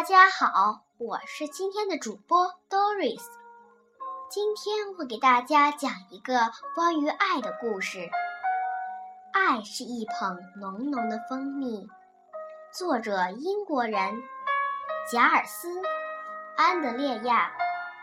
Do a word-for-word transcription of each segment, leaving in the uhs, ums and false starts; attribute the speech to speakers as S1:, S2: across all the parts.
S1: 大家好，我是今天的主播 Doris。今天我给大家讲一个关于爱的故事。爱是一捧浓浓的蜂蜜，作者英国人贾尔斯·安德烈亚。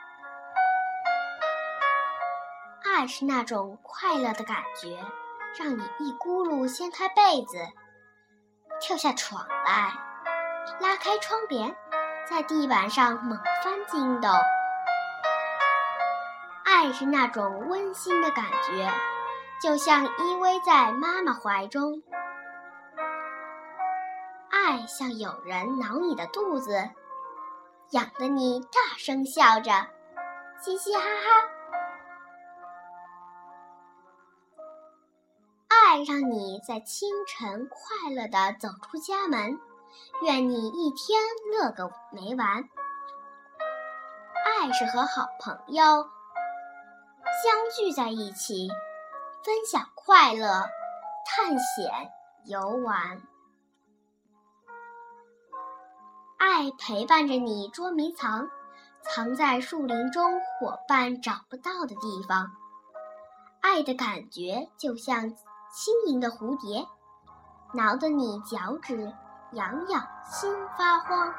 S1: 爱是那种快乐的感觉，让你一咕噜掀开被子，跳下床来，拉开窗帘，在地板上猛翻筋斗。爱是那种温馨的感觉，就像依偎在妈妈怀中。爱像有人挠你的肚子，痒得你大声笑着，嘻嘻哈哈。爱让你在清晨快乐地走出家门，愿你一天乐个没完。爱是和好朋友相聚在一起，分享快乐，探险游玩。爱陪伴着你捉迷藏，藏在树林中伙伴找不到的地方。爱的感觉就像轻盈的蝴蝶，挠得你脚趾痒痒，心发慌。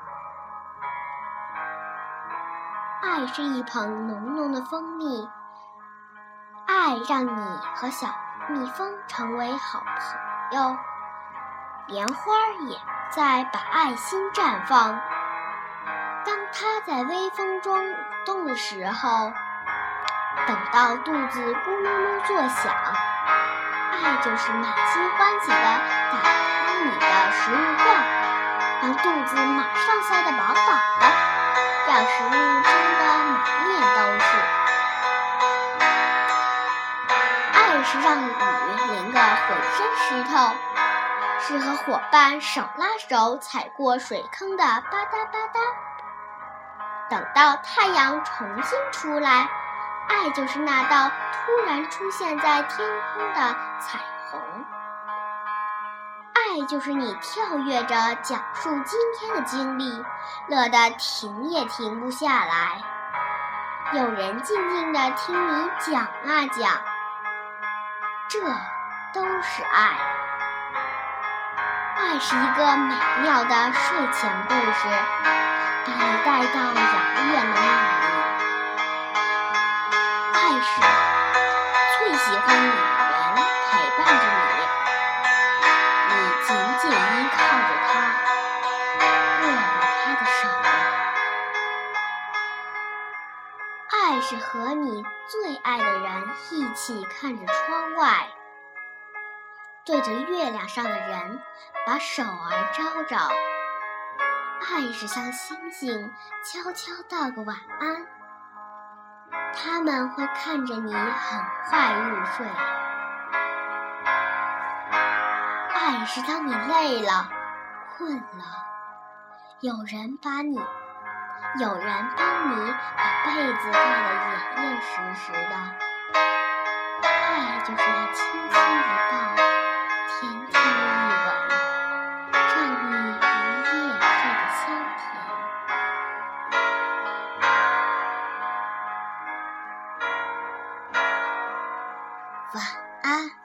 S1: 爱是一捧浓浓的蜂蜜，爱让你和小蜜蜂成为好朋友，莲花也在把爱心绽放。当它在微风中舞动的时候，等到肚子咕噜噜作响，爱就是满心欢喜地打开你的食物罐，让肚子马上塞得饱饱的，让食物装得满面都是。爱是让雨淋得浑身湿透，是和伙伴手拉手踩过水坑的吧嗒吧嗒。等到太阳重新出来，爱就是那道突然出现在天空的彩虹。爱就是你跳跃着讲述今天的经历，乐得停也停不下来。有人静静地听你讲啊讲，这都是爱。爱是一个美妙的睡前故事，把你带到遥远的梦里。爱是最喜欢你的人陪伴着你，你紧紧依靠着他，握着他的手。爱是和你最爱的人一起看着窗外，对着月亮上的人把手儿招招。爱是向星星悄悄道个晚安，他们会看着你很快入睡。爱是当你累了、困了，有人把你，有人帮你把被子盖得严严实实的。爱就是那轻轻一抱，甜甜一吻，让你一夜睡得香甜。晚安。